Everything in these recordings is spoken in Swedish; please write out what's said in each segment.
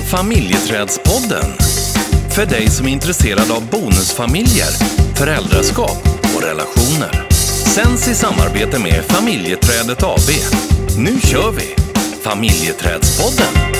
Familjeträdspodden. För dig som är intresserad av bonusfamiljer, föräldraskap och relationer. Sänds i samarbete med Familjeträdet AB. Nu kör vi! Familjeträdspodden.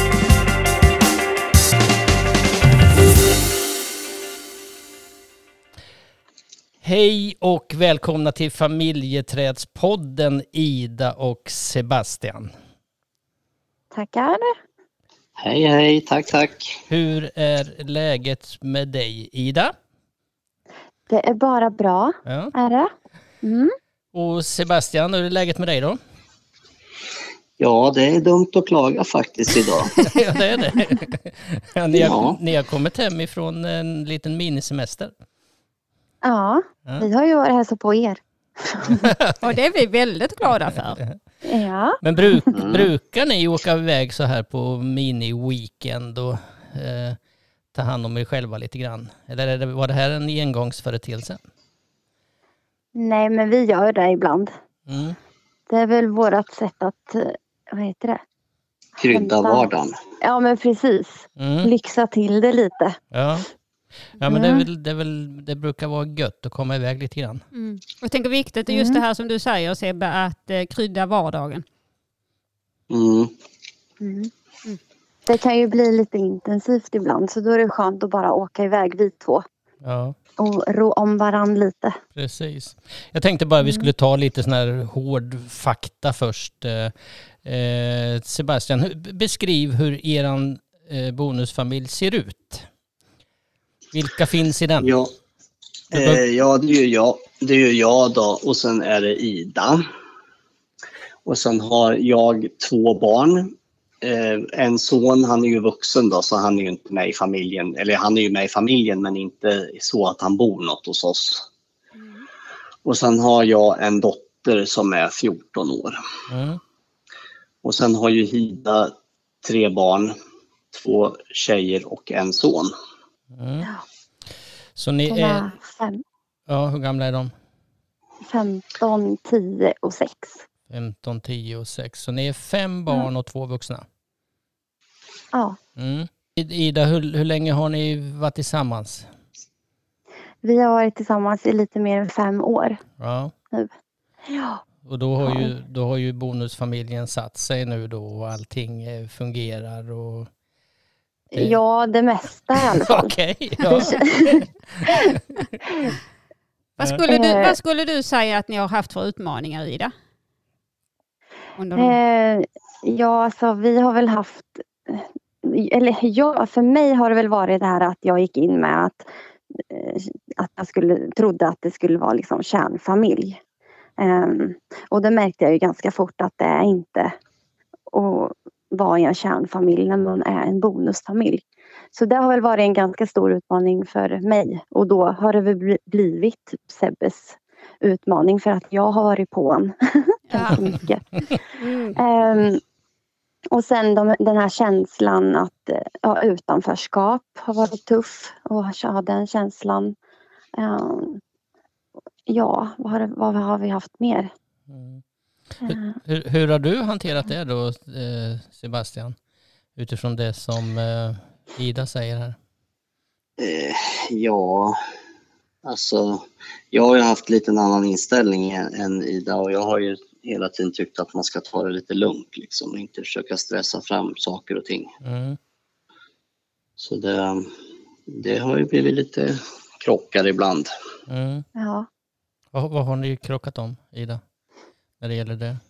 Hej och välkomna till Familjeträdspodden, Ida och Sebastian. Tackar. Hej, tack. Hur är läget med dig, Ida? Det är bara bra, Ja. är det. Mm. Och Sebastian, hur är läget med dig då? Ja, det är dumt att klaga faktiskt idag. Ja, det är det. Ja, ni har kommit hem ifrån en liten minisemester. Ja, vi har ju varit här så på er. Och det är vi väldigt glada för. Ja. Men brukar ni åka iväg så här på mini-weekend och ta hand om er själva lite grann? Eller var det här en engångsföreteelse? Nej, men vi gör det ibland. Mm. Det är väl vårt sätt att, vad heter det? Krydda vardagen. Ja, men precis. Lyxa till det lite. Ja, men det brukar vara gött att komma iväg lite grann. Mm. Jag tänker viktigt är just det här som du säger, Sebbe, att krydda vardagen. Det kan ju bli lite intensivt ibland, så då är det skönt att bara åka iväg vi två. Ja. Och rå om varann lite. Precis. Jag tänkte bara vi skulle ta lite sån här hård fakta först. Sebastian, beskriv hur eran bonusfamilj ser ut. Vilka finns i den? Ja, det är ju jag då, och sen är det Ida. Och sen har jag 2 barn. En son, han är ju vuxen då, så han är ju inte med i familjen. Eller han är ju med i familjen, men inte så att han bor något hos oss. Och sen har jag en dotter som är 14 år. Och sen har ju Ida 3 barn, 2 tjejer och en son. Så ni är... 5. Ja, hur gamla är de? 15, 10 och 6. 15, 10 och 6. Så ni är 5 barn och 2 vuxna? Ja. Ida, hur länge har ni varit tillsammans? Vi har varit tillsammans i lite mer än 5 år. Ja. Nu. Ja. Och då har ju bonusfamiljen satt sig nu då och allting fungerar och... Ja, det mesta i alla fall. Okej, ja. Vad skulle du säga att ni har haft för utmaningar, Ida? Ja, alltså vi har väl haft... för mig har det väl varit det här att jag gick in med att jag trodde att det skulle vara liksom kärnfamilj. Och det märkte jag ju ganska fort att det är inte att vara i en kärnfamilj när man är en bonusfamilj. Så det har väl varit en ganska stor utmaning för mig. Och då har det väl blivit Sebbes utmaning för att jag har varit på en ganska mycket. Och sen den här känslan att utanförskap har varit tuff och ha den känslan. Vad har vi haft mer? Hur har du hanterat det då, Sebastian? Utifrån det som Ida säger här. Alltså jag har ju haft lite en annan inställning än Ida, och jag har ju hela tiden tyckt att man ska ta det lite lugnt liksom, och inte försöka stressa fram saker och ting. Så det har ju blivit lite krockar ibland. Ja. Vad har ni krockat om, Ida, när det gäller det?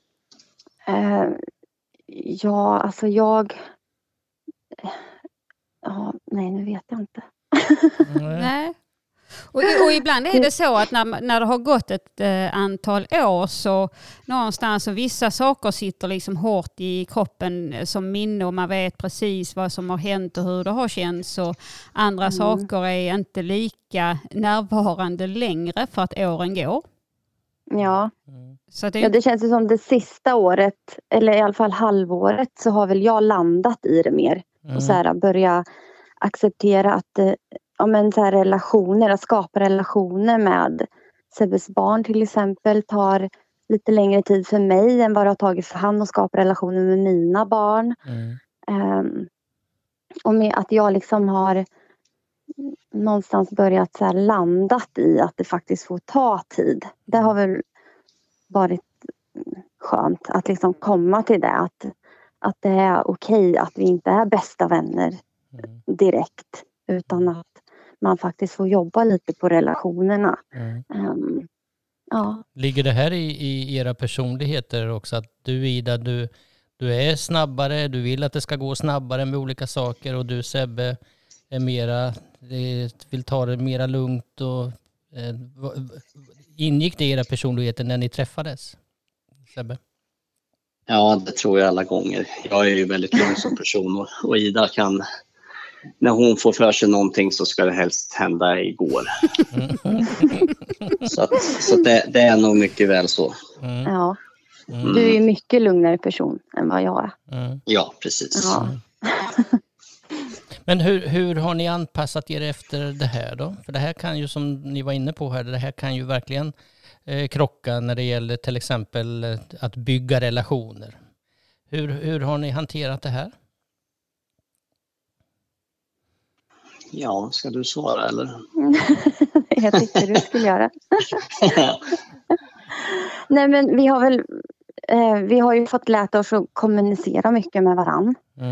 Nej, nu vet jag inte. Nej. Och ibland är det så att när det har gått ett antal år så någonstans så vissa saker sitter liksom hårt i kroppen som minne och man vet precis vad som har hänt och hur det har känts, och andra saker är inte lika närvarande längre för att åren går. Ja. Så det känns ju som det sista året, eller i alla fall halvåret, så har väl jag landat i det mer. Och så här börja acceptera att så här relationer, att skapa relationer med Sebbes barn till exempel tar lite längre tid för mig än vad det har tagit för han att skapa relationer med mina barn. Och med att jag liksom har någonstans börjat så här landat i att det faktiskt får ta tid. Det har väl varit skönt att liksom komma till det. Att det är okej att vi inte är bästa vänner direkt. Utan att man faktiskt får jobba lite på relationerna. Ja. Ligger det här i era personligheter också? Att du, Ida, du är snabbare, du vill att det ska gå snabbare med olika saker, och du, Sebbe, är mera, vill ta det mera lugnt. Och ingick det i era personligheter när ni träffades, Sebbe? Ja, det tror jag alla gånger. Jag är ju väldigt lugn som person, och Ida kan, när hon får för sig någonting så ska det helst hända igår. Så det är nog mycket väl så. Ja. Du är ju mycket lugnare person än vad jag är. Ja, precis. Ja. Men hur har ni anpassat er efter det här då? För det här kan ju, som ni var inne på här, det här kan ju verkligen krocka när det gäller till exempel att bygga relationer. Hur har ni hanterat det här? Ja, ska du svara eller? Jag tyckte du skulle göra. Nej, men vi har ju fått lära oss att kommunicera mycket med varann.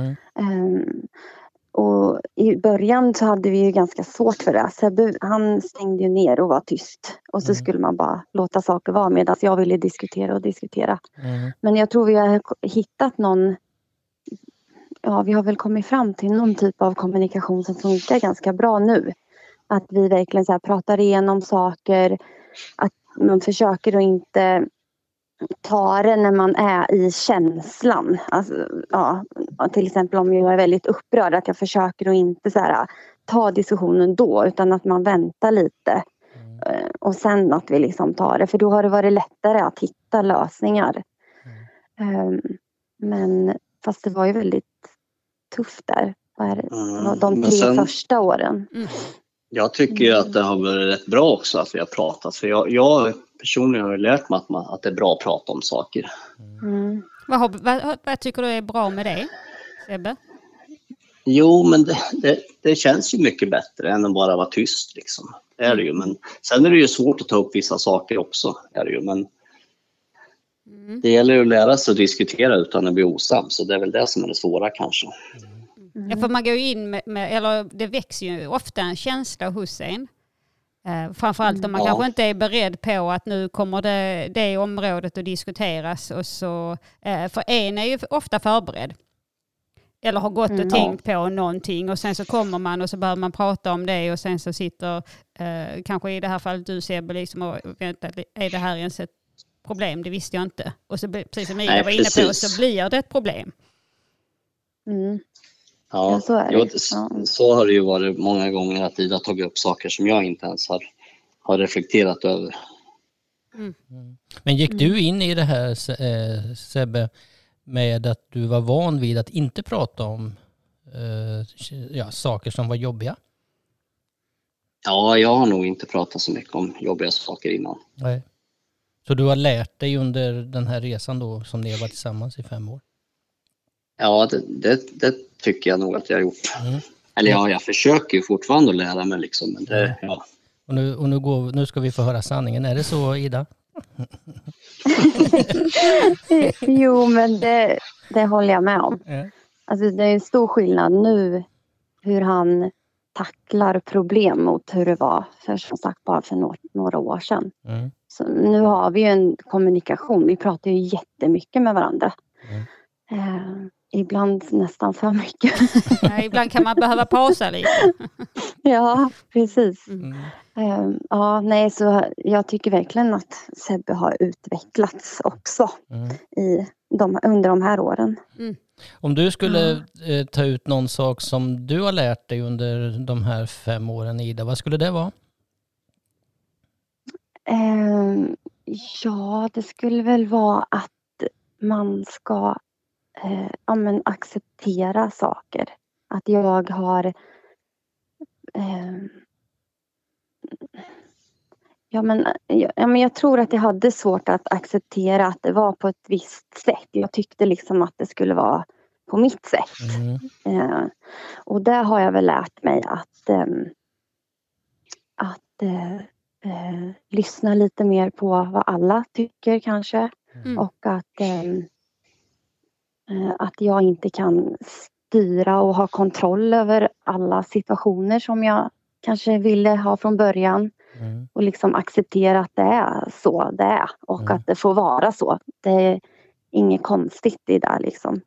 Och i början så hade vi ju ganska svårt för det. Sebbe, han stängde ju ner och var tyst. Och så skulle man bara låta saker vara, medan jag ville diskutera. Men jag tror vi har hittat någon... Ja, vi har väl kommit fram till någon typ av kommunikation som funkar ganska bra nu. Att vi verkligen så här pratar igenom saker. Att man försöker att inte ta det när man är i känslan. Alltså, ja, till exempel om jag är väldigt upprörd, att jag försöker att inte så här, ta diskussionen då, utan att man väntar lite. Och sen att vi liksom tar det. För då har det varit lättare att hitta lösningar. Men fast det var ju väldigt tufft där. De 3 första åren. Jag tycker att det har varit rätt bra också att vi har pratat. För jag personligen har lärt mig att det är bra att prata om saker. Vad tycker du är bra med det, Sebbe? Jo, men det känns ju mycket bättre än att bara vara tyst. Liksom. Det är det ju. Men sen är det ju svårt att ta upp vissa saker också. Är det ju. Men det gäller ju att lära sig att diskutera utan att bli osams. Så det är väl det som är det svåra kanske. Ja, för man går ju in med, eller det växer ju ofta en känsla hos en. Framförallt om man kanske inte är beredd på att nu kommer det området att diskuteras. Och så, för en är ju ofta förberedd. Eller har gått och tänkt på någonting. Och sen så kommer man och så börjar man prata om det. Och sen så sitter, kanske i det här fallet du, Sebbe, liksom och vänta, är det här ens ett problem? Det visste jag inte. Och så precis som Ida var inne på, så blir det ett problem. Ja, så är det. Så har det ju varit många gånger att Ida tagit upp saker som jag inte ens har reflekterat över. Men gick du in i det här, Sebbe, med att du var van vid att inte prata om saker som var jobbiga? Ja, jag har nog inte pratat så mycket om jobbiga saker innan. Nej. Så du har lärt dig under den här resan då, som ni har varit tillsammans i 5 år? Ja, det tycker jag nog att jag har gjort. Eller ja, jag försöker ju fortfarande att lära mig liksom. Men det, ja. Och nu ska vi få höra sanningen. Är det så, Ida? Jo, men det håller jag med om. Alltså, det är en stor skillnad nu hur han tacklar problem mot hur det var för, som sagt, bara för några år sedan. Så nu har vi ju en kommunikation. Vi pratar ju jättemycket med varandra. Ibland nästan för mycket. Ja, ibland kan man behöva pausa lite. Ja, precis. Så jag tycker verkligen att Sebbe har utvecklats också under de här åren. Om du skulle ta ut någon sak som du har lärt dig under de här 5 åren, Ida, vad skulle det vara? Det skulle väl vara att man ska acceptera saker. Att jag har jag tror att jag hade svårt att acceptera att det var på ett visst sätt. Jag tyckte liksom att det skulle vara på mitt sätt. Och där har jag väl lärt mig att lyssna lite mer på vad alla tycker kanske. Och att jag inte kan styra och ha kontroll över alla situationer som jag kanske ville ha från början. Och liksom acceptera att det är så det är. Och att det får vara så. Det är inget konstigt i det liksom.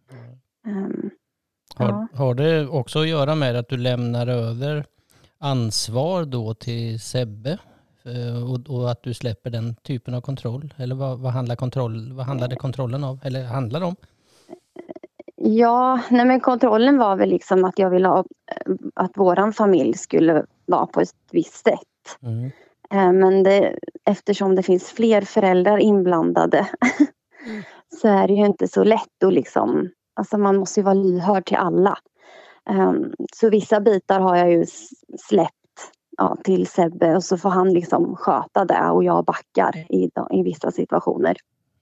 Har det också att göra med att du lämnar över ansvar då till Sebbe? Och att du släpper den typen av kontroll? Eller vad handlade kontrollen av? Eller handlar det om? Ja, men kontrollen var väl liksom att jag ville att våran familj skulle vara på ett visst sätt. Men eftersom det finns fler föräldrar inblandade så är det ju inte så lätt att liksom, alltså man måste ju vara lyhörd till alla. Så vissa bitar har jag ju släppt till Sebbe och så får han liksom sköta det och jag backar i vissa situationer.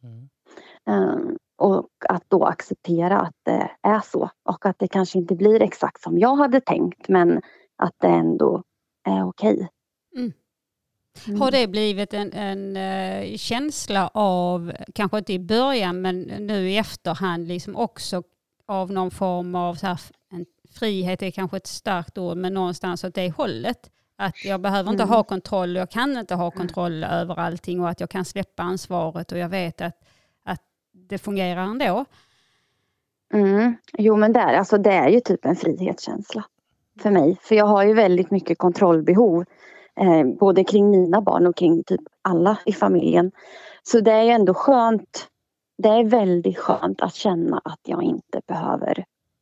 Och att då acceptera att det är så och att det kanske inte blir exakt som jag hade tänkt men att det ändå är okej. Har det blivit en känsla av, kanske inte i början men nu i efterhand liksom också av någon form av så här, en frihet är kanske ett starkt ord men någonstans åt det hållet? Att jag behöver inte ha kontroll och jag kan inte ha kontroll över allting och att jag kan släppa ansvaret och jag vet att det fungerar ändå. Jo men det är ju typ en frihetskänsla för mig. För jag har ju väldigt mycket kontrollbehov. Både kring mina barn och kring typ alla i familjen. Så det är ju ändå skönt. Det är väldigt skönt att känna att jag inte behöver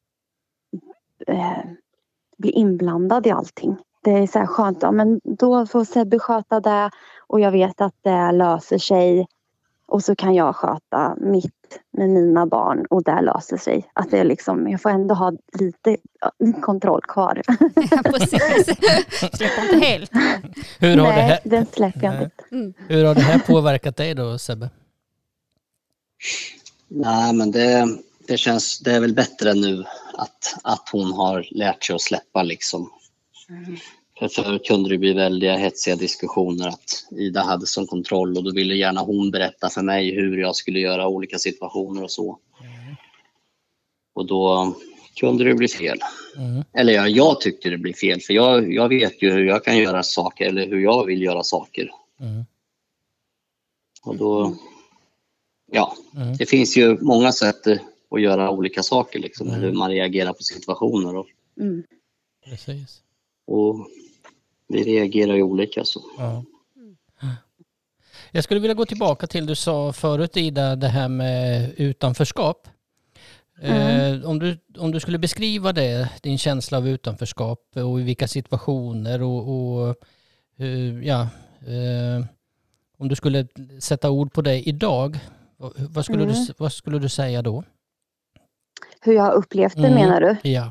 bli inblandad i allting. Det är så här skönt. Ja, men då får Sebbe sköta det och jag vet att det löser sig. Och så kan jag sköta mitt med mina barn och det löser sig. Att det är liksom, jag får ändå ha lite kontroll kvar. Ja, precis. Släpper inte helt. Den släpper jag inte. Hur har det här påverkat dig då, Sebbe? Nej, men det är väl bättre nu att hon har lärt sig att släppa liksom. För förr kunde det bli väldigt hetsiga diskussioner att Ida hade som kontroll och då ville gärna hon berätta för mig hur jag skulle göra olika situationer och så. Och då kunde det bli fel. Eller jag tyckte det blir fel för jag vet ju hur jag kan göra saker eller hur jag vill göra saker. Och då, det finns ju många sätt att göra olika saker liksom, hur man reagerar på situationer. Och, precis. Och vi reagerar ju olika så. Ja. Jag skulle vilja gå tillbaka till du sa förut Ida, det här med utanförskap. Om du skulle beskriva det, din känsla av utanförskap och i vilka situationer om du skulle sätta ord på det idag, vad skulle du säga då? Hur jag upplevt det menar du? Ja.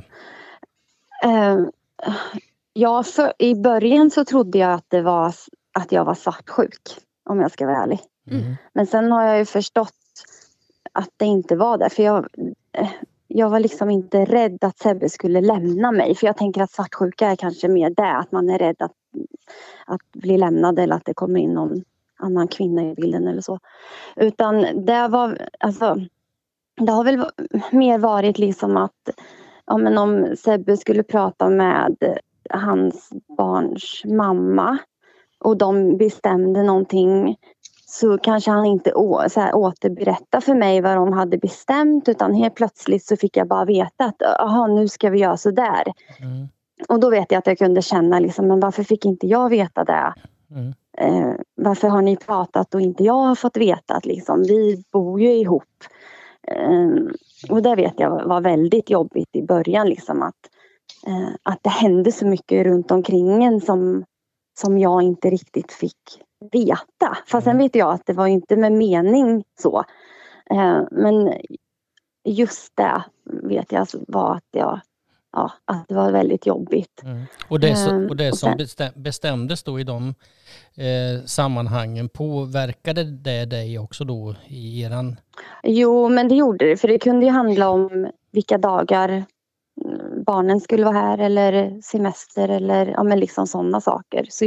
Ja, i början så trodde jag att jag var svartsjuk, om jag ska vara ärlig. Men sen har jag ju förstått att det inte var det. För jag var liksom inte rädd att Sebbe skulle lämna mig. För jag tänker att svartsjuka är kanske mer det. Att man är rädd att bli lämnad eller att det kommer in någon annan kvinna i bilden eller så. Utan det har väl mer varit liksom att om Sebbe skulle prata med hans barns mamma och de bestämde någonting så kanske han inte återberätta för mig vad de hade bestämt utan helt plötsligt så fick jag bara veta att nu ska vi göra så där. Och då vet jag att jag kunde känna liksom, men varför fick inte jag veta det? Varför har ni pratat och inte jag har fått veta att liksom, vi bor ju ihop. Och det vet jag var väldigt jobbigt i början liksom att det hände så mycket runt omkring en som jag inte riktigt fick veta. Fast sen vet jag att det var inte med mening så. Men just det vet jag var att det var väldigt jobbigt. Och det som bestämdes då i de sammanhangen, påverkade det dig också då i eran? Jo, men det gjorde det. För det kunde ju handla om vilka dagar barnen skulle vara här eller semester eller men liksom sådana saker. Så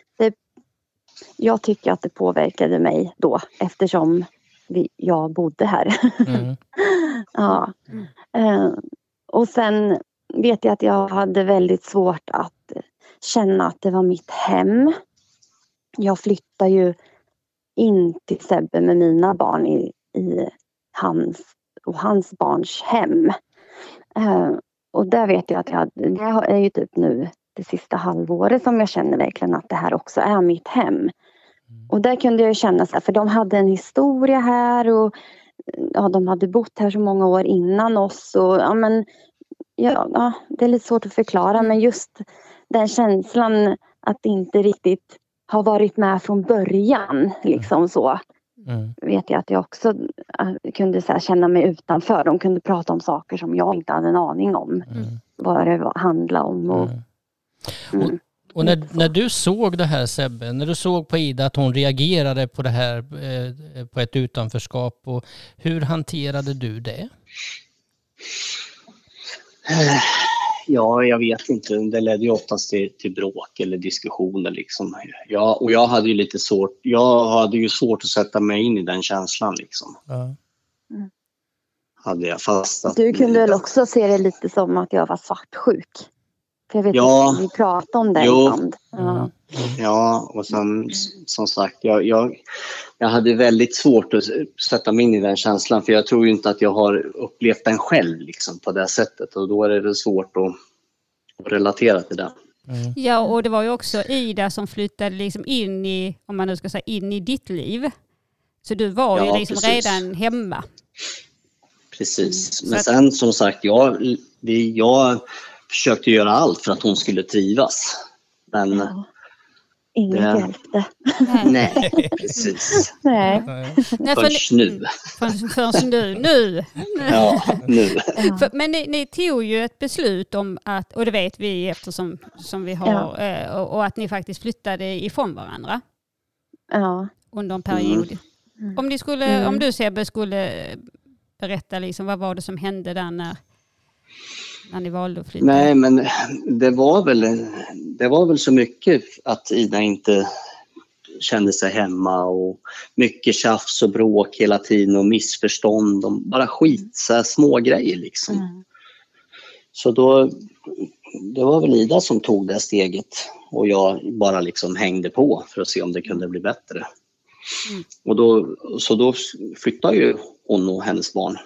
jag tycker att det påverkade mig då eftersom jag bodde här. Ja. Och sen vet jag att jag hade väldigt svårt att känna att det var mitt hem. Jag flyttade ju in till Sebbe med mina barn i hans barns hem. Och där vet jag att det är ju typ nu det sista halvåret som jag känner verkligen att det här också är mitt hem. Och där kunde jag känna så här, för de hade en historia här och de hade bott här så många år innan oss och det är lite svårt att förklara, men just den känslan att inte riktigt ha varit med från början liksom så. Vet jag att jag också kunde så här känna mig utanför. De kunde prata om saker som jag inte hade en aning om vad det handlade om. Och när du såg det här, Sebbe, när du såg på Ida att hon reagerade på det här på ett utanförskap, och hur hanterade du det? Ja, jag vet inte. Det ledde ju oftast till bråk eller diskussioner liksom. Och jag hade ju lite svårt. Jag hade ju svårt att sätta mig in i den känslan liksom. Hade jag fast. Du kunde väl också se det lite som att jag var svartsjuk? För jag vet inte, vi pratade om det ibland. Ja, och sen som sagt, jag hade väldigt svårt att sätta mig in i den känslan, för jag tror ju inte att jag har upplevt den själv liksom, på det sättet, och då är det svårt att relatera till det. Ja, och det var ju också Ida som flyttade liksom in i, om man nu ska säga, in i ditt liv. Så du var ju liksom redan hemma. Precis, men sen som sagt, jag försökte göra allt för att hon skulle trivas. Men inget hjälpte. Nej, precis. Nej. Först nu. Först nu. Ja, nu. Men ni tog ju ett beslut om att, och det vet vi eftersom vi har, och att ni faktiskt flyttade ifrån varandra. Ja. Under en period. Om du Sebbe skulle berätta liksom, vad var det som hände där när ni valde att flytta? Nej, men det var väl så mycket att Ida inte kände sig hemma, och mycket tjafs och bråk hela tiden och missförstånd och bara skit, så här små grejer liksom. Så då, det var väl Ida som tog det steget, och jag bara liksom hängde på för att se om det kunde bli bättre. Och då flyttade ju hon och hennes barn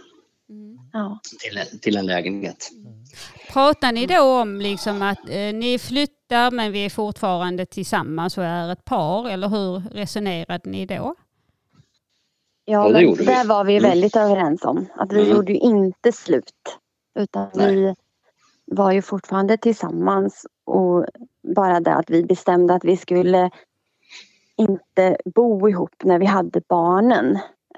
till en lägenhet. Pratar ni då om liksom att ni flyttar men vi är fortfarande tillsammans och är ett par, eller hur resonerade ni då? Ja, det gjorde där var vi väldigt överens om. Att vi gjorde ju inte slut. Utan vi var ju fortfarande tillsammans, och bara det att vi bestämde att vi skulle inte bo ihop när vi hade barnen.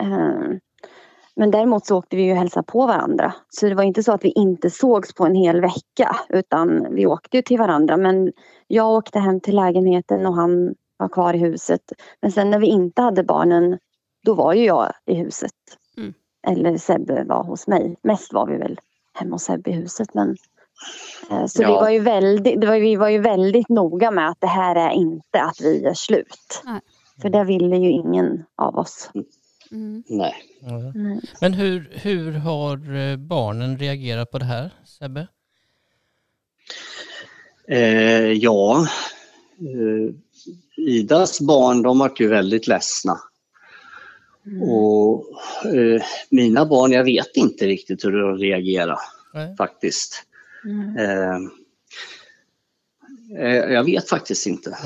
Men däremot så åkte vi ju hälsa på varandra. Så det var inte så att vi inte sågs på en hel vecka, utan vi åkte ju till varandra. Men jag åkte hem till lägenheten och han var kvar i huset. Men sen när vi inte hade barnen, då var ju jag i huset. Eller Sebbe var hos mig. Mest var vi väl hemma hos Sebbe i huset. Men, så vi var ju väldigt noga med att det här är inte att vi gör slut. För det ville ju ingen av oss. Nej. Men hur har barnen reagerat på det här, Sebbe? Idas barn, de var ju väldigt ledsna. Och mina barn, jag vet inte riktigt hur de reagerar faktiskt. Jag vet faktiskt inte.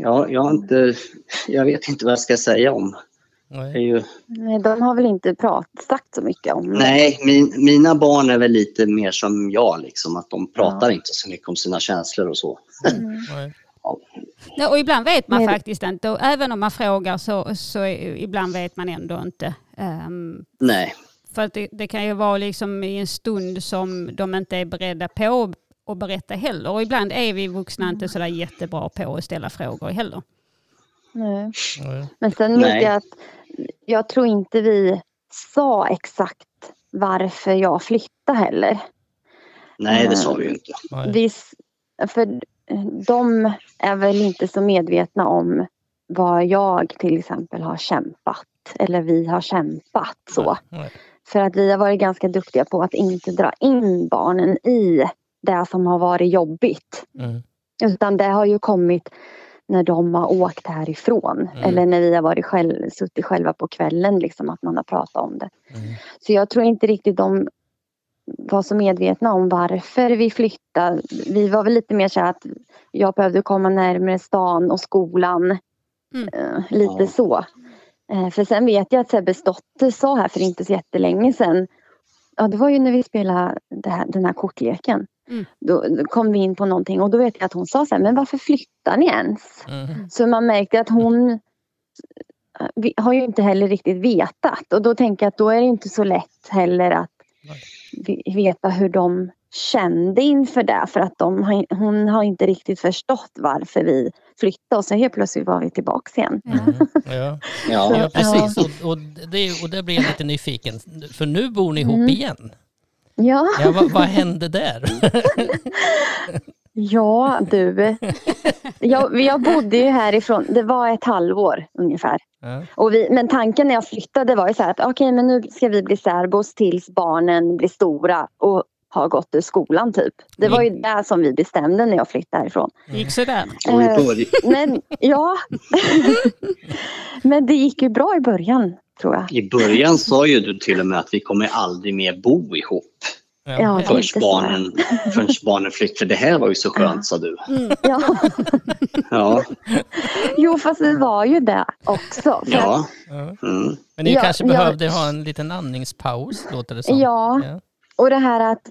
Jag vet inte vad jag ska säga om. Nej, de har väl inte sagt så mycket om det. Nej, mina barn är väl lite mer som jag liksom, att de pratar inte så mycket om sina känslor och så. Ja, och ibland vet man faktiskt inte, och även om man frågar så ibland vet man ändå inte. Nej. För att det kan ju vara liksom i en stund som de inte är beredda på att berätta heller. Och ibland är vi vuxna inte så där jättebra på att ställa frågor heller. Nej. Men sen vet jag att jag tror inte vi sa exakt varför jag flyttade heller. Nej, det sa vi ju inte. För de är väl inte så medvetna om vad jag till exempel har kämpat. Eller vi har kämpat så. För att vi har varit ganska duktiga på att inte dra in barnen i det som har varit jobbigt. Utan det har ju kommit när de har åkt härifrån. Eller när vi har varit suttit själva på kvällen. Liksom, att man har pratat om det. Så jag tror inte riktigt de var så medvetna om varför vi flyttade. Vi var väl lite mer så att jag behövde komma närmare stan och skolan. Lite så. För sen vet jag att Sebbe Stotte sa här för inte så jättelänge sedan. Ja, det var ju när vi spelade den här kortleken. Då kom vi in på någonting och då vet jag att hon sa så här, men varför flyttar ni ens? Så man märkte att hon har ju inte heller riktigt vetat. Och då tänker jag att då är det inte så lätt heller att veta hur de kände inför det. För att hon har inte riktigt förstått varför vi flyttade. Och så helt plötsligt var vi tillbaka igen. Ja, precis. Och det blir jag lite nyfiken. För nu bor ni ihop igen. Ja. Vad hände där? Ja, du. Jag bodde ju härifrån. Det var ett halvår ungefär. Och men tanken när jag flyttade var ju så här att okej, men nu ska vi bli särbos tills barnen blir stora och har gått ur skolan typ. Det var ju det som vi bestämde när jag flyttade härifrån. Gick så där. Men ja. Men det gick ju bra i början, tror jag. I början sa ju du till och med att vi kommer aldrig mer bo ihop. Ja, först barnen flyttade. För det här var ju så skönt, sa du. Ja. Jo, fast det var ju det också. Ja. Men ni kanske behövde ha en liten andningspaus, låter det som. Ja. Och det här att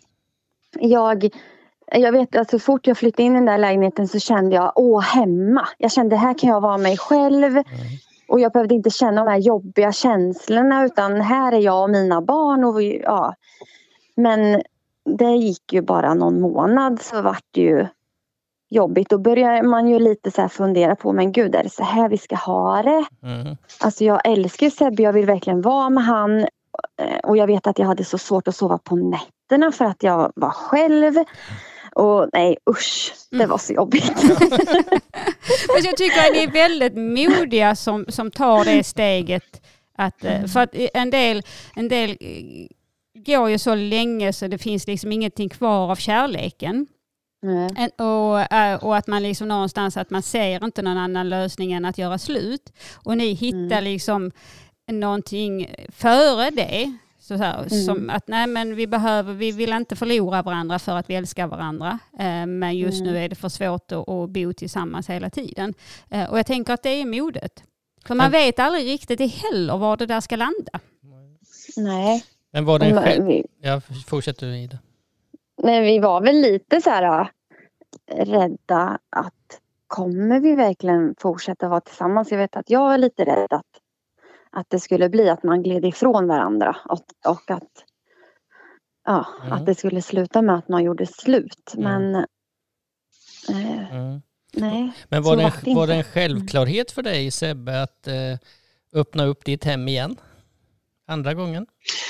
jag vet att så fort jag flyttade in i den där lägenheten så kände jag hemma. Jag kände här kan jag vara mig själv. Och jag behövde inte känna de här jobbiga känslorna utan här är jag och mina barn. Och Men det gick ju bara någon månad så vart det ju jobbigt. Då börjar man ju lite så här fundera på, men gud, är det så här vi ska ha det? Alltså jag älskar ju Sebbe, jag vill verkligen vara med han. Och jag vet att jag hade så svårt att sova på nätterna för att jag var själv. Och nej, usch, det var så jobbigt. Men jag tycker att ni är väldigt modiga som tar det steget. För att en del går ju så länge så det finns liksom ingenting kvar av kärleken. Och att man liksom någonstans att man ser inte någon annan lösning än att göra slut. Och ni hittar liksom någonting före det. Som att nej, men vi vill inte förlora varandra för att vi älskar varandra. Men just nu är det för svårt att bo tillsammans hela tiden. Och jag tänker att det är modet. För man vet aldrig riktigt heller var det där ska landa. Nej. Men var det själv? Jag fortsätter vidare. Men vi var väl lite så här rädda att kommer vi verkligen fortsätta vara tillsammans? Jag vet att jag är lite rädd att det skulle bli att man gled ifrån varandra och att det skulle sluta med att man gjorde slut. Men nej. Men var det en självklarhet för dig, Sebbe, att öppna upp ditt hem igen? Andra gången?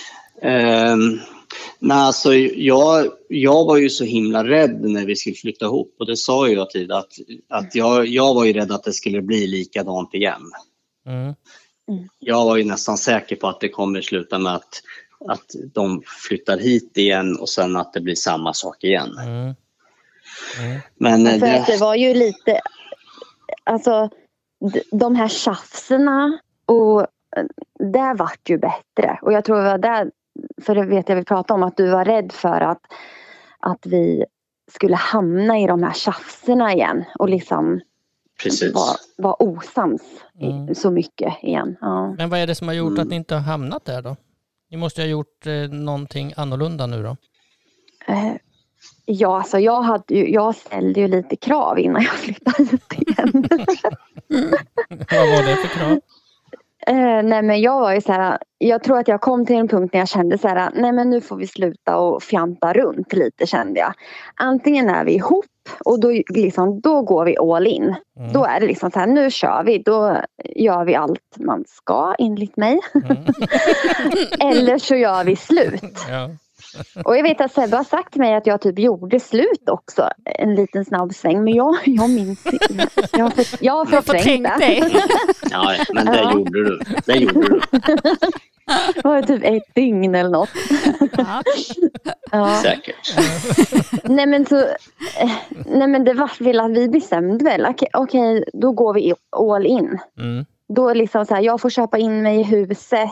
Nej, alltså jag var ju så himla rädd när vi skulle flytta ihop. Och det sa jag till att jag var ju rädd att det skulle bli likadant igen. Jag var ju nästan säker på att det kommer sluta med att de flyttar hit igen och sen att det blir samma sak igen. Men det var ju lite, alltså de här tjafserna och det vart ju bättre. Och jag tror det var där, för det vet jag vi pratade om, att du var rädd för att vi skulle hamna i de här tjafserna igen och liksom var osams så mycket igen. Ja. Men vad är det som har gjort att ni inte har hamnat där då? Ni måste ha gjort någonting annorlunda nu då? Ja, alltså jag ställde ju lite krav innan jag flyttade ut igen. Vad var det för krav? Nej men jag var ju så här, jag tror att jag kom till en punkt när jag kände så här, nej men nu får vi sluta och fjanta runt lite, kände jag. Antingen är vi ihop och då går vi all in. Då är det liksom så här, nu kör vi, då gör vi allt man ska enligt mig. Eller så gör vi slut. Ja. Och jag vet att Sebbe har sagt till mig att jag typ gjorde slut också. En liten snabb sväng. Men jag minns inte. Jag har förträngt det. Ja, men det gjorde du. Det var typ 1 dygn eller något. Ja. Säkert. Nej men det var väl att vi bestämde väl. Okej, då går vi all in. Då liksom så här, jag får köpa in mig i huset.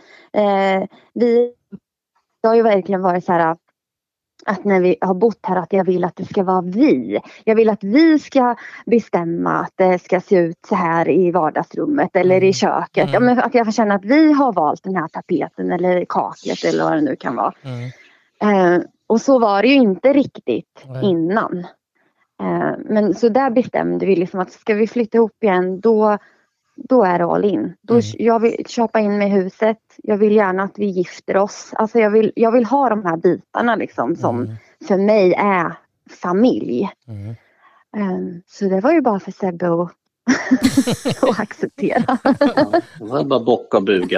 Det har ju verkligen varit så här att när vi har bott här att jag vill att det ska vara vi. Jag vill att vi ska bestämma att det ska se ut så här i vardagsrummet eller i köket. Ja, men att jag får känna att vi har valt den här tapeten eller kaklet eller vad det nu kan vara. Och så var det ju inte riktigt innan. Men så där bestämde vi liksom att ska vi flytta ihop igen då är det all in. Jag vill köpa in med huset. Jag vill gärna att vi gifter oss. Alltså jag vill ha de här bitarna liksom som för mig är familj. Så det var ju bara för Sebbe att acceptera. Det var bara bocka och buga.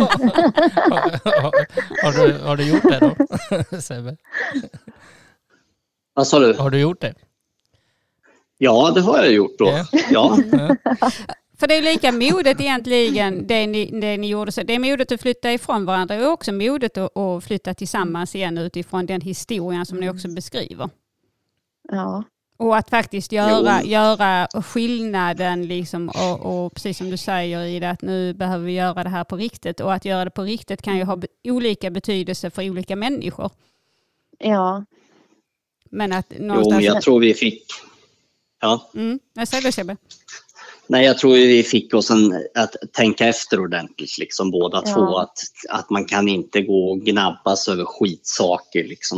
Har du gjort det då, Sebbe? Vad sa du? Har du gjort det? Ja, det har jag gjort då. Ja. För det är lika modet egentligen det ni gjorde. Så det är modet att flytta ifrån varandra och också modet att flytta tillsammans igen utifrån den historien som ni också beskriver. Ja. Och att faktiskt göra skillnaden liksom, och precis som du säger i det att nu behöver vi göra det här på riktigt. Och att göra det på riktigt kan ju ha olika betydelse för olika människor. Ja. Men att någonstans... Jo, men jag tror vi fick... Ja. Jag säger det, Sebbe. Nej, jag tror vi fick oss att tänka efter ordentligt, liksom båda två. Att man kan inte gå och gnabbas över skitsaker, liksom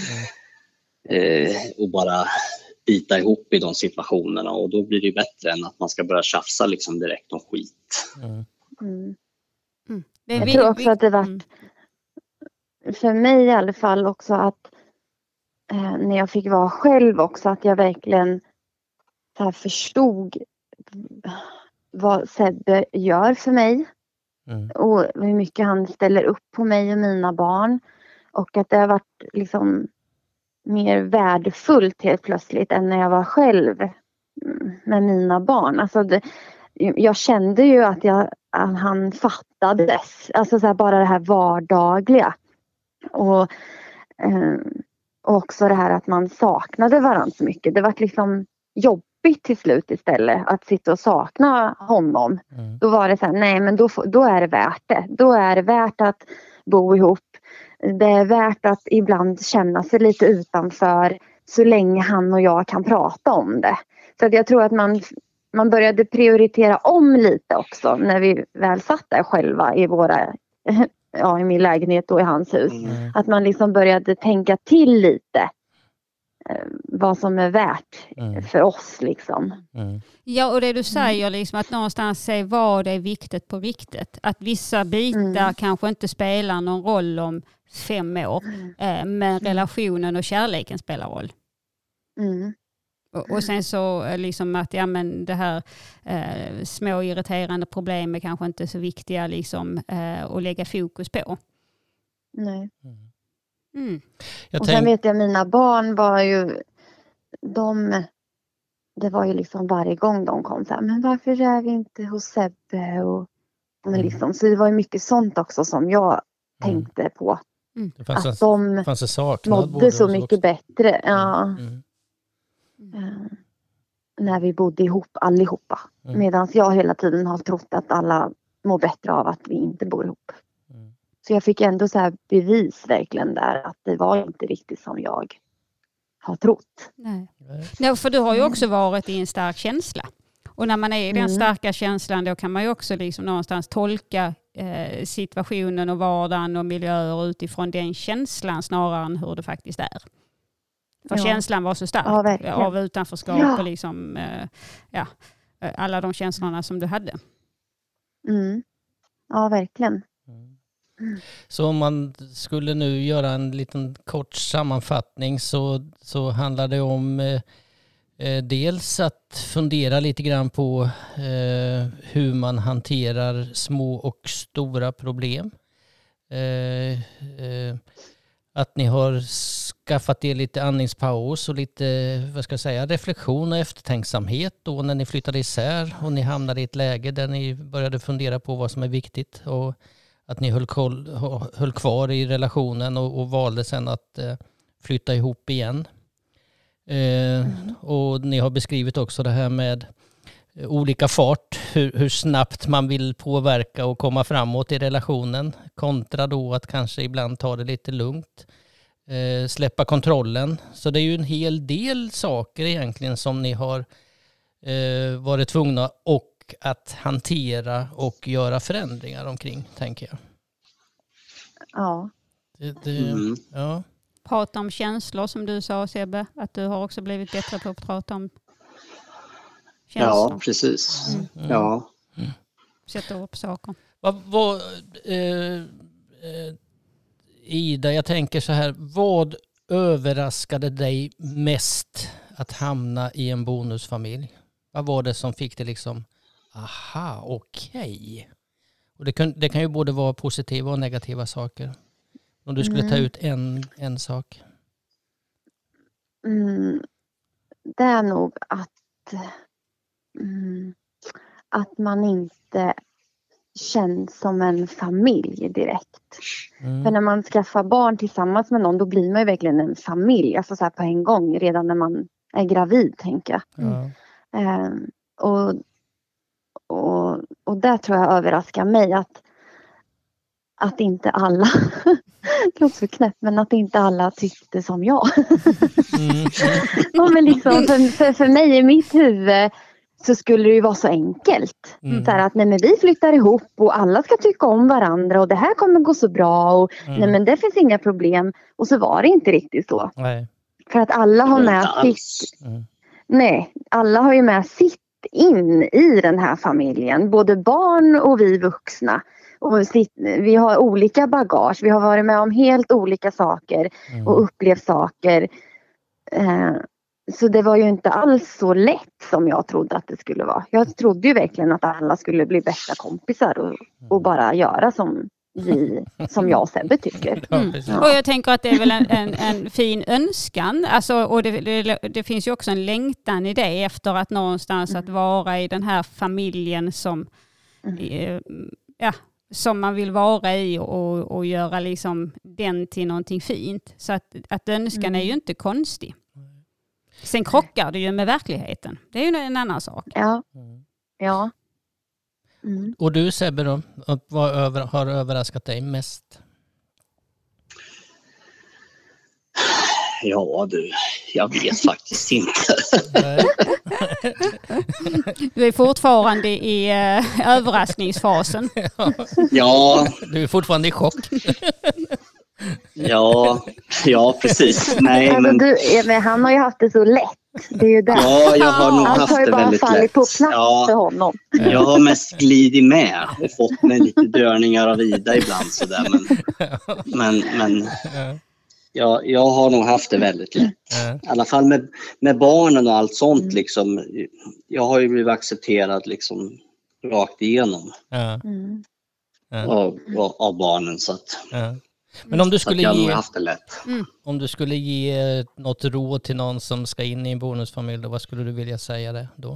och bara bita ihop i de situationerna. Och då blir det bättre än att man ska börja tjafsa liksom direkt om skit. Jag tror också att det var för mig i alla fall också att när jag fick vara själv också att jag verkligen så här förstod vad Sebbe gör för mig och hur mycket han ställer upp på mig och mina barn och att det har varit liksom mer värdefullt helt plötsligt än när jag var själv med mina barn. Alltså jag kände ju att han fattades, alltså så här, bara det här vardagliga och också det här att man saknade varandra så mycket. Det var liksom jobbigt till slut istället att sitta och sakna honom. Då var det så här, nej men då är det värt det. Då är det värt att bo ihop. Det är värt att ibland känna sig lite utanför så länge han och jag kan prata om det. Så att jag tror att man började prioritera om lite också när vi väl satt där själva i i min lägenhet och i hans hus. Att man liksom började tänka till lite vad som är värt för oss liksom. Ja, och det du säger liksom att någonstans se vad det är viktigt på riktigt. Att vissa bitar kanske inte spelar någon roll om 5 år. Men relationen och kärleken spelar roll. Och sen så liksom att det här små irriterande problem är kanske inte så viktiga liksom att lägga fokus på. Nej. Och sen vet jag mina barn var ju det var ju liksom varje gång de kom så här, men varför är vi inte hos Sebbe och liksom, så det var ju mycket sånt också som jag tänkte på. Det fanns att de mådde så mycket bättre. När vi bodde ihop allihopa. Medan jag hela tiden har trott att alla mår bättre av att vi inte bor ihop. Så jag fick ändå så här bevis verkligen där att det var inte riktigt som jag har trott. Nej, för du har ju också varit i en stark känsla. Och när man är i den starka känslan då kan man ju också liksom någonstans tolka situationen och vardagen och miljöer utifrån den känslan snarare än hur det faktiskt är. För känslan var så stark av utanförskap och liksom, alla de känslorna som du hade. Ja, verkligen. Så om man skulle nu göra en liten kort sammanfattning så handlar det om dels att fundera lite grann på hur man hanterar små och stora problem. Att ni har skaffat er lite andningspaus och lite, reflektion och eftertänksamhet då när ni flyttade isär och ni hamnade i ett läge där ni började fundera på vad som är viktigt och att ni höll kvar i relationen och valde sen att flytta ihop igen. Och ni har beskrivit också det här med olika fart, hur snabbt man vill påverka och komma framåt i relationen kontra då att kanske ibland ta det lite lugnt, släppa kontrollen. Så det är ju en hel del saker egentligen som ni har varit tvungna och att hantera och göra förändringar omkring, tänker jag. Ja. Ja. Prata om känslor som du sa, Sebbe, att du har också blivit bättre på att prata om känslor. Ja, precis. Ja. Sätta upp saker. Ida, jag tänker så här, vad överraskade dig mest att hamna i en bonusfamilj? Vad var det som fick dig liksom, aha, okej. Och det kan ju både vara positiva och negativa saker. Om du skulle ta ut en sak. Det är nog att man inte känns som en familj direkt. För när man skaffar barn tillsammans med någon, då blir man ju verkligen en familj. Alltså så här på en gång, redan när man är gravid, tänker jag. Och det tror jag överraskar mig att inte alla, det låter så knäppt, men att inte alla tyckte som jag. Ja, men liksom, för mig i mitt huvud så skulle det ju vara så enkelt. Så här att nej, men vi flyttar ihop och alla ska tycka om varandra och det här kommer gå så bra och nej, men det finns inga problem. Och så var det inte riktigt så. Nej. För att alla har med sitt. Nej, alla har ju med sitt in i den här familjen. Både barn och vi vuxna. Och vi har olika bagage. Vi har varit med om helt olika saker och upplevt saker. Så det var ju inte alls så lätt som jag trodde att det skulle vara. Jag trodde ju verkligen att alla skulle bli bästa kompisar och bara göra som jag och Sebbe tycker. Och jag tänker att det är väl en fin önskan. Alltså, och det finns ju också en längtan i det efter att någonstans att vara i den här familjen som man vill vara i och göra liksom den till någonting fint. Så att önskan är ju inte konstig. Sen krockar det ju med verkligheten. Det är ju en annan sak. Ja. Och du, Sebbe, då? Vad har överraskat dig mest? Ja du, jag vet faktiskt inte. Du är fortfarande i överraskningsfasen. Ja. Du är fortfarande i chock. Ja, precis. Nej, alltså, men han har ju haft det så lätt. Det är ju där. Ja, jag har nog haft det väldigt lätt. På plats för honom. Jag har mest glidit med och fått mig lite dörningar av Ida ibland sådär. Men jag har nog haft det väldigt lätt. I alla fall med barnen och allt sånt liksom. Jag har ju blivit accepterad liksom rakt igenom av barnen så att... Men om du skulle ge något råd till någon som ska in i en bonusfamilj, då, vad skulle du vilja säga det då?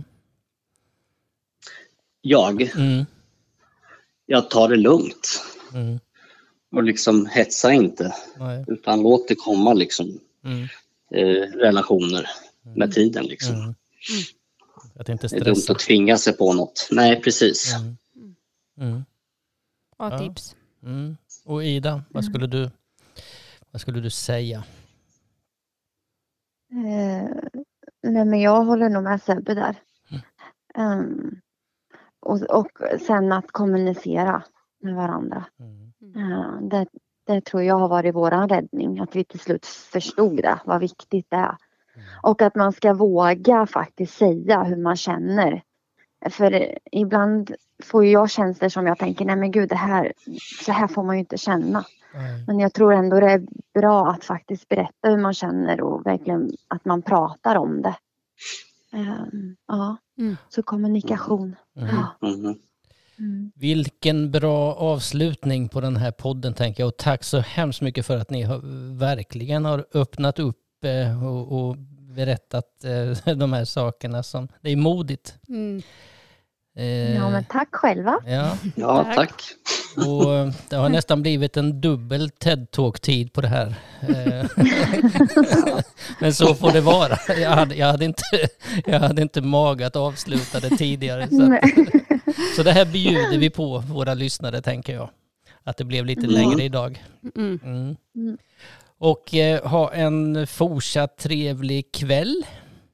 Jag tar det lugnt. Och liksom hetsa inte. Utan låt det komma liksom relationer med tiden liksom. Att inte stressa. Det är dumt att tvinga sig på något. Nej, precis. Bra tips. Och Ida, vad skulle du säga? Nej, men jag håller nog med Sebbe där. Och sen att kommunicera med varandra. Det tror jag har varit våran räddning. Att vi till slut förstod det, vad viktigt det är. Och att man ska våga faktiskt säga hur man känner. För ibland får jag känslor som jag tänker, nej men gud, så här får man ju inte känna. Men jag tror ändå det är bra att faktiskt berätta hur man känner och verkligen att man pratar om det. Så kommunikation. Vilken bra avslutning på den här podden, tänker jag. Och tack så hemskt mycket för att ni verkligen har öppnat upp och berättat de här sakerna. Det är modigt. Ja, men tack själva. Ja, tack. Och det har nästan blivit en dubbel TED-talk-tid på det här. Men så får det vara. Jag hade inte mag att avsluta det tidigare. Så det här bjuder vi på våra lyssnare, tänker jag. Att det blev lite längre idag. Och ha en fortsatt trevlig kväll.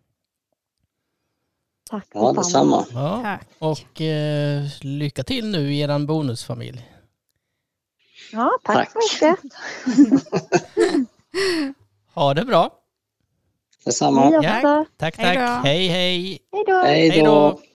Tack. Ja, detsamma. Ja. Tack. Och lycka till nu i er bonusfamilj. Ja, tack så mycket. Ha det bra. Detsamma. Ni också. Tack. Hej då. Hej. Hej då. Hej då.